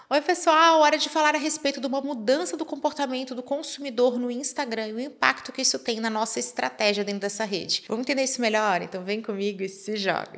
Oi, pessoal! Hora de falar a respeito de uma mudança do comportamento do consumidor no Instagram e o impacto que isso tem na nossa estratégia dentro dessa rede. Vamos entender isso melhor? Então vem comigo e se joga!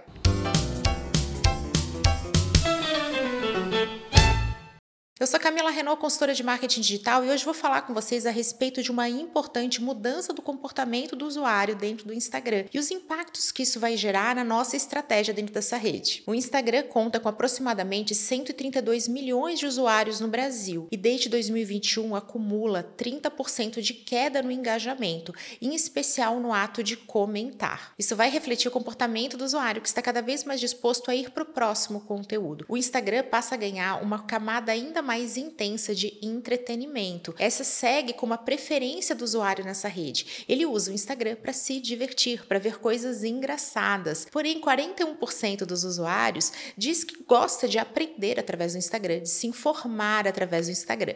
Eu sou Camila Renault, consultora de marketing digital, e hoje vou falar com vocês a respeito de uma importante mudança do comportamento do usuário dentro do Instagram e os impactos que isso vai gerar na nossa estratégia dentro dessa rede. O Instagram conta com aproximadamente 132 milhões de usuários no Brasil e desde 2021 acumula 30% de queda no engajamento, em especial no ato de comentar. Isso vai refletir o comportamento do usuário, que está cada vez mais disposto a ir para o próximo conteúdo. O Instagram passa a ganhar uma camada ainda mais intensa de entretenimento. Essa segue como a preferência do usuário nessa rede. Ele usa o Instagram para se divertir, para ver coisas engraçadas. Porém, 41% dos usuários diz que gosta de aprender através do Instagram, de se informar através do Instagram.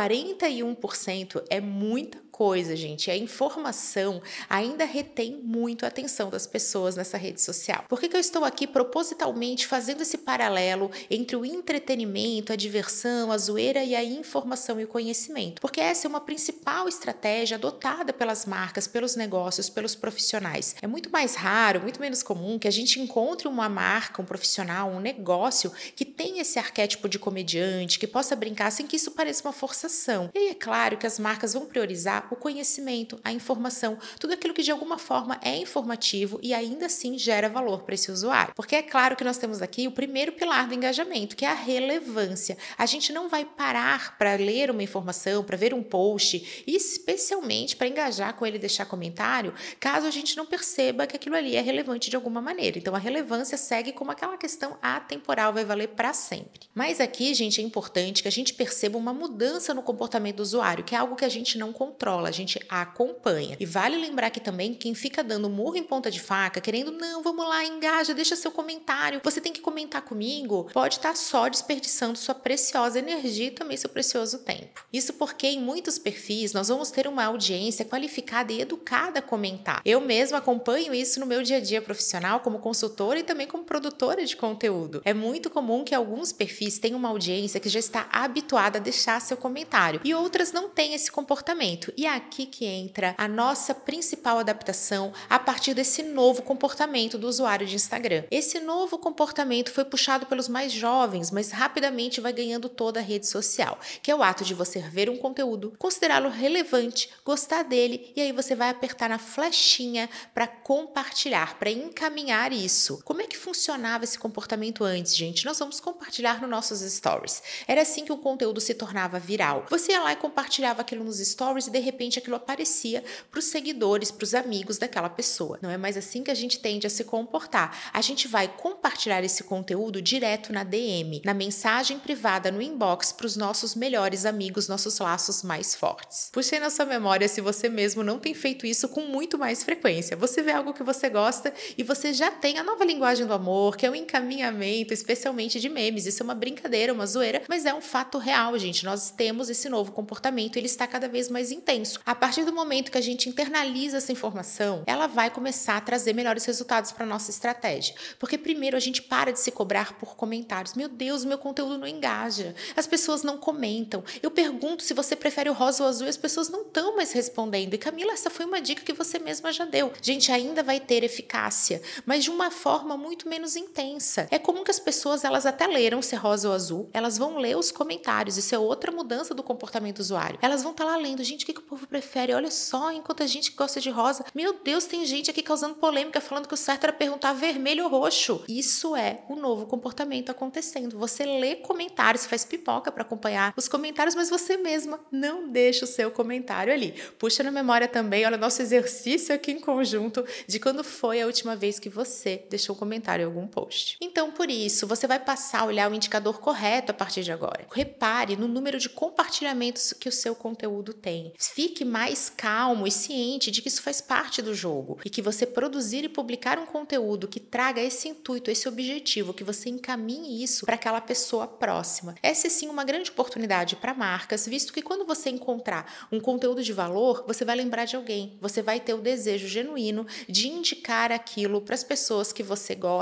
41% é muita coisa, gente. A informação ainda retém muito a atenção das pessoas nessa rede social. Por que eu estou aqui propositalmente fazendo esse paralelo entre o entretenimento, a diversão, a zoeira e a informação e o conhecimento? Porque essa é uma principal estratégia adotada pelas marcas, pelos negócios, pelos profissionais. É muito mais raro, muito menos comum que a gente encontre uma marca, um profissional, um negócio que tenha esse arquétipo de comediante, que possa brincar sem que isso pareça uma forçação. E aí é claro que as marcas vão priorizar o conhecimento, a informação, tudo aquilo que de alguma forma é informativo e ainda assim gera valor para esse usuário. Porque é claro que nós temos aqui o primeiro pilar do engajamento, que é a relevância. A gente não vai parar para ler uma informação, para ver um post, especialmente para engajar com ele e deixar comentário, caso a gente não perceba que aquilo ali é relevante de alguma maneira. Então a relevância segue como aquela questão atemporal, vai valer para sempre. Mas aqui, gente, é importante que a gente perceba uma mudança no comportamento do usuário, que é algo que a gente não controla, a gente acompanha. E vale lembrar que também quem fica dando murro em ponta de faca, querendo, não, vamos lá, engaja, deixa seu comentário, você tem que comentar comigo, pode estar só desperdiçando sua preciosa energia e também seu precioso tempo. Isso porque em muitos perfis nós vamos ter uma audiência qualificada e educada a comentar. Eu mesma acompanho isso no meu dia a dia profissional como consultora e também como produtora de conteúdo. É muito comum que alguns perfis tenham uma audiência que já está habituada a deixar seu comentário e outras não têm esse comportamento. E é aqui que entra a nossa principal adaptação a partir desse novo comportamento do usuário de Instagram. Esse novo comportamento foi puxado pelos mais jovens, mas rapidamente vai ganhando toda a rede social, que é o ato de você ver um conteúdo, considerá-lo relevante, gostar dele e aí você vai apertar na flechinha para compartilhar, para encaminhar isso. Como é que funcionava esse comportamento antes, gente? Nós vamos compartilhar nos nossos stories. Era assim que o conteúdo se tornava viral. Você ia lá e compartilhava aquilo nos stories e de repente aquilo aparecia para os seguidores, para os amigos daquela pessoa. Não é mais assim que a gente tende a se comportar. A gente vai compartilhar esse conteúdo direto na DM, na mensagem privada no inbox para os nossos melhores amigos, nossos laços mais fortes. Puxe aí na sua memória se você mesmo não tem feito isso com muito mais frequência. Você vê algo que você gosta e você já tem a nova linguagem do amor, que é o encaminhamento, especialmente de memes. Isso é uma brincadeira, uma zoeira, mas é um fato real, gente. Nós temos esse novo comportamento, ele está cada vez mais intenso. A partir do momento que a gente internaliza essa informação, ela vai começar a trazer melhores resultados para a nossa estratégia. Porque primeiro a gente para de se cobrar por comentários. Meu Deus, meu conteúdo não engaja. As pessoas não comentam. Eu pergunto se você prefere o rosa ou o azul e as pessoas não estão mais respondendo. E Camila, essa foi uma dica que você mesma já deu. Gente, ainda vai ter eficácia, mas de uma forma muito menos intensa. É comum que as pessoas, elas até leram se é rosa ou azul, elas vão ler os comentários. Isso é outra mudança do comportamento do usuário. Elas vão estar lá lendo, gente, o que o povo prefere? Olha só, enquanto a gente gosta de rosa, meu Deus, tem gente aqui causando polêmica, falando que o certo era perguntar vermelho ou roxo. Isso é o novo comportamento acontecendo. Você lê comentários, faz pipoca para acompanhar os comentários, mas você mesma não deixa o seu comentário ali. Puxa na memória também, olha, nosso exercício aqui em conjunto de quando foi a última vez que você deixou um comentário em algum post. Então, por isso, você vai passar a olhar o indicador correto a partir de agora. Repare no número de compartilhamentos que o seu conteúdo tem. Fique mais calmo e ciente de que isso faz parte do jogo e que você produzir e publicar um conteúdo que traga esse intuito, esse objetivo, que você encaminhe isso para aquela pessoa próxima. Essa é sim uma grande oportunidade para marcas, visto que quando você encontrar um conteúdo de valor, você vai lembrar de alguém, você vai ter o desejo genuíno de indicar aquilo para as pessoas que você gosta e que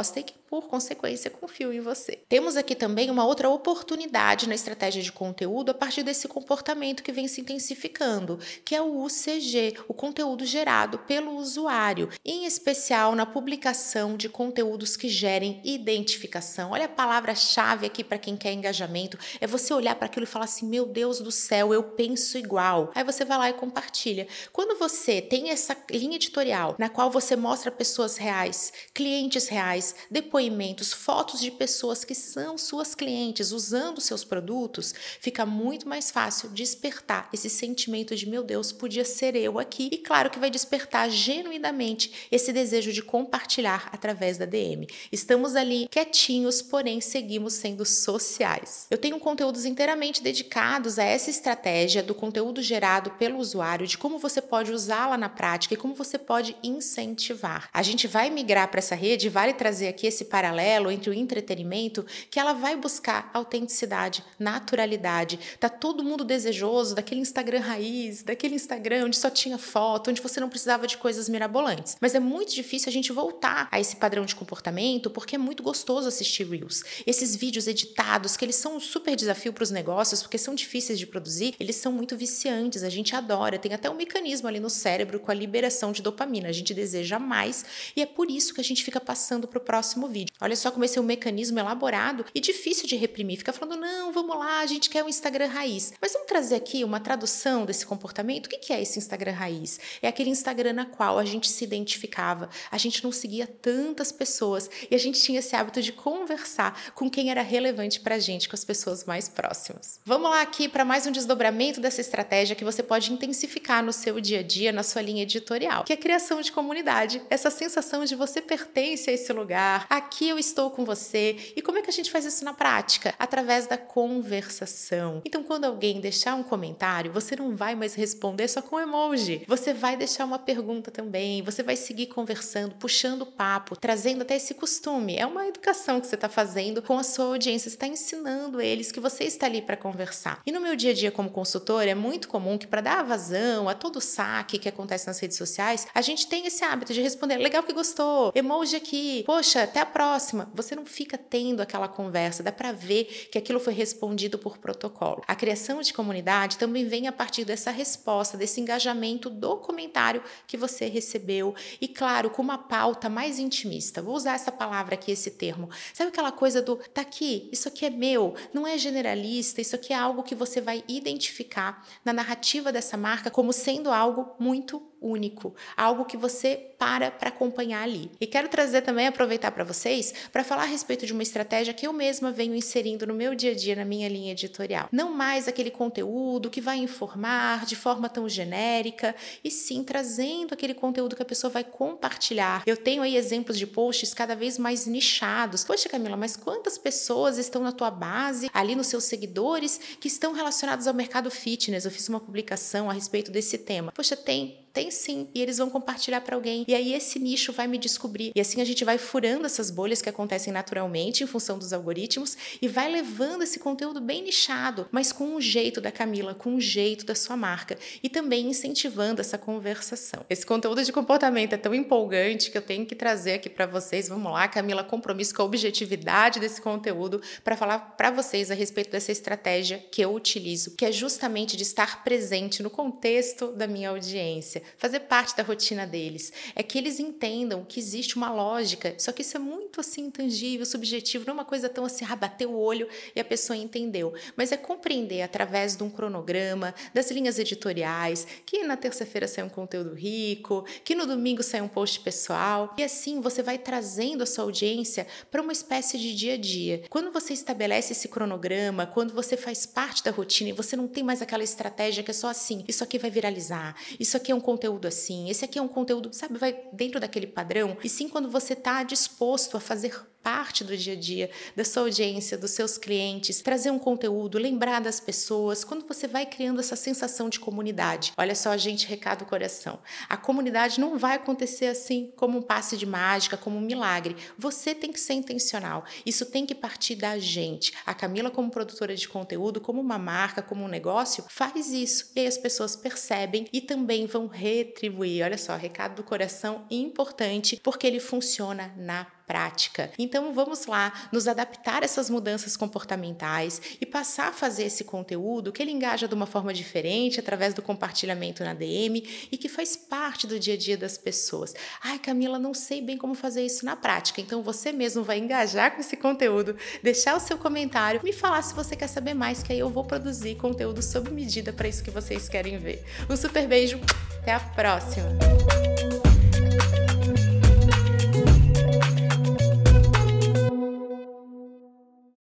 por consequência, confio em você. Temos aqui também uma outra oportunidade na estratégia de conteúdo a partir desse comportamento que vem se intensificando, que é o UCG, o conteúdo gerado pelo usuário, em especial na publicação de conteúdos que gerem identificação. Olha a palavra-chave aqui para quem quer engajamento, é você olhar para aquilo e falar assim, meu Deus do céu, eu penso igual. Aí você vai lá e compartilha. Quando você tem essa linha editorial na qual você mostra pessoas reais, clientes reais, depoimentos, fotos de pessoas que são suas clientes usando seus produtos, fica muito mais fácil despertar esse sentimento de meu Deus, podia ser eu aqui. E claro que vai despertar genuinamente esse desejo de compartilhar através da DM. Estamos ali quietinhos, porém seguimos sendo sociais. Eu tenho conteúdos inteiramente dedicados a essa estratégia do conteúdo gerado pelo usuário, de como você pode usá-la na prática e como você pode incentivar. A gente vai migrar para essa rede, vale trazer aqui esse paralelo entre o entretenimento, que ela vai buscar autenticidade, naturalidade. Tá todo mundo desejoso daquele Instagram raiz, daquele Instagram onde só tinha foto, onde você não precisava de coisas mirabolantes. Mas é muito difícil a gente voltar a esse padrão de comportamento, porque é muito gostoso assistir Reels. Esses vídeos editados, que eles são um super desafio para os negócios, porque são difíceis de produzir, eles são muito viciantes, a gente adora, tem até um mecanismo ali no cérebro com a liberação de dopamina, a gente deseja mais e é por isso que a gente fica passando para o próximo vídeo. Olha só como esse é um mecanismo elaborado e difícil de reprimir, fica falando, não, vamos lá, a gente quer um Instagram raiz. Mas vamos trazer aqui uma tradução desse comportamento. O que é esse Instagram raiz? É aquele Instagram na qual a gente se identificava, a gente não seguia tantas pessoas e a gente tinha esse hábito de conversar com quem era relevante para a gente, com as pessoas mais próximas. Vamos lá aqui para mais um desdobramento dessa estratégia que você pode intensificar no seu dia a dia, na sua linha editorial, que é a criação de comunidade, essa sensação de você pertence a esse lugar, aqui eu estou com você. E como é que a gente faz isso na prática? Através da conversação. Então, quando alguém deixar um comentário, você não vai mais responder só com emoji, você vai deixar uma pergunta também, você vai seguir conversando, puxando papo, trazendo até esse costume. É uma educação que você está fazendo com a sua audiência, você está ensinando eles que você está ali para conversar. E no meu dia a dia como consultora, é muito comum que para dar vazão a todo o saque que acontece nas redes sociais, a gente tem esse hábito de responder, legal que gostou, emoji aqui, poxa, até a próxima. Você não fica tendo aquela conversa, dá para ver que aquilo foi respondido por protocolo. A criação de comunidade também vem a partir dessa resposta, desse engajamento do comentário que você recebeu e, claro, com uma pauta mais intimista. Vou usar essa palavra aqui, esse termo. Sabe aquela coisa do, tá aqui, isso aqui é meu, não é generalista, isso aqui é algo que você vai identificar na narrativa dessa marca como sendo algo muito único, algo que você para acompanhar ali. E quero trazer também, aproveitar para vocês, para falar a respeito de uma estratégia que eu mesma venho inserindo no meu dia a dia, na minha linha editorial. Não mais aquele conteúdo que vai informar de forma tão genérica, e sim trazendo aquele conteúdo que a pessoa vai compartilhar. Eu tenho aí exemplos de posts cada vez mais nichados. Poxa, Camila, mas quantas pessoas estão na tua base, ali nos seus seguidores, que estão relacionados ao mercado fitness? Eu fiz uma publicação a respeito desse tema. Poxa, tem sim, e eles vão compartilhar para alguém. E aí esse nicho vai me descobrir. E assim a gente vai furando essas bolhas que acontecem naturalmente em função dos algoritmos e vai levando esse conteúdo bem nichado, mas com um jeito da Camila, com um jeito da sua marca e também incentivando essa conversação. Esse conteúdo de comportamento é tão empolgante que eu tenho que trazer aqui para vocês. Vamos lá, Camila, compromisso com a objetividade desse conteúdo para falar para vocês a respeito dessa estratégia que eu utilizo, que é justamente de estar presente no contexto da minha audiência, fazer parte da rotina deles, é que eles entendam que existe uma lógica, só que isso é muito assim intangível, subjetivo, não é uma coisa tão assim, bater o olho e a pessoa entendeu, mas é compreender através de um cronograma, das linhas editoriais, que na terça-feira sai um conteúdo rico, que no domingo sai um post pessoal, e assim você vai trazendo a sua audiência para uma espécie de dia a dia. Quando você estabelece esse cronograma, quando você faz parte da rotina e você não tem mais aquela estratégia que é só assim, isso aqui vai viralizar, isso aqui é um conteúdo assim, esse aqui é um conteúdo, sabe, vai dentro daquele padrão, e sim quando você está disposto a fazer parte do dia a dia, da sua audiência, dos seus clientes, trazer um conteúdo, lembrar das pessoas, quando você vai criando essa sensação de comunidade. Olha só, gente, recado coração. A comunidade não vai acontecer assim como um passe de mágica, como um milagre. Você tem que ser intencional. Isso tem que partir da gente. A Camila, como produtora de conteúdo, como uma marca, como um negócio, faz isso. E aí as pessoas percebem e também vão retribuir. Olha só, recado do coração importante, porque ele funciona na prática. Então vamos lá, nos adaptar a essas mudanças comportamentais e passar a fazer esse conteúdo que ele engaja de uma forma diferente através do compartilhamento na DM e que faz parte do dia a dia das pessoas. Ai, Camila, não sei bem como fazer isso na prática. Então você mesmo vai engajar com esse conteúdo, deixar o seu comentário, me falar se você quer saber mais, que aí eu vou produzir conteúdo sob medida para isso que vocês querem ver. Um super beijo, até a próxima!